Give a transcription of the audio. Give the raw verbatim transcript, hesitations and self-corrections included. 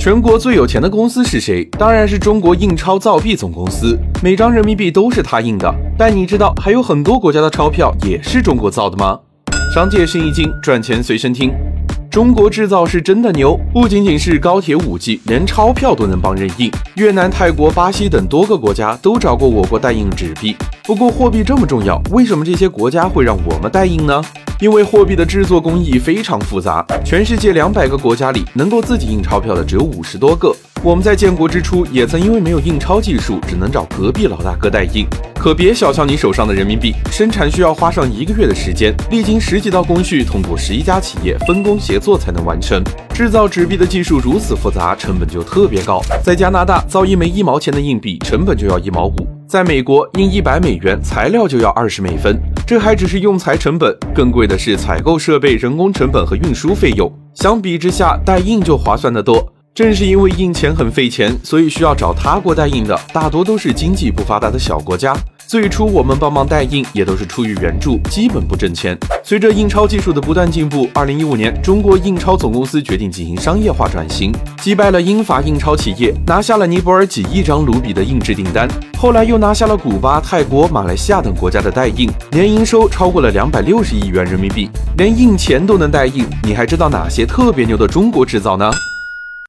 全国最有钱的公司是谁？当然是中国印钞造币总公司，每张人民币都是他印的。但你知道还有很多国家的钞票也是中国造的吗？商界生意经，赚钱随身听。中国制造是真的牛，不仅仅是高铁 五 G， 连钞票都能帮人印。越南、泰国、巴西等多个国家都找过我国代印纸币。不过货币这么重要，为什么这些国家会让我们代印呢？因为货币的制作工艺非常复杂，全世界两百个国家里能够自己印钞票的只有五十多个。我们在建国之初也曾因为没有印钞技术，只能找隔壁老大哥代印。可别小瞧你手上的人民币，生产需要花上一个月的时间，历经十几道工序，通过十一家企业分工协作才能完成。制造纸币的技术如此复杂，成本就特别高。在加拿大造一枚一毛钱的硬币，成本就要一毛五；在美国印一百美元，材料就要二十美分。这还只是用材成本，更贵的是采购设备、人工成本和运输费用。相比之下，代印就划算得多。正是因为印钱很费钱，所以需要找他国代印的大多都是经济不发达的小国家。最初我们帮忙代印也都是出于援助，基本不挣钱。随着印钞技术的不断进步，二零一五年中国印钞总公司决定进行商业化转型，击败了英法印钞企业，拿下了尼泊尔几亿张卢比的印制订单。后来又拿下了古巴、泰国、马来西亚等国家的代印，年营收超过了两百六十亿元人民币。连印钱都能代印，你还知道哪些特别牛的中国制造呢？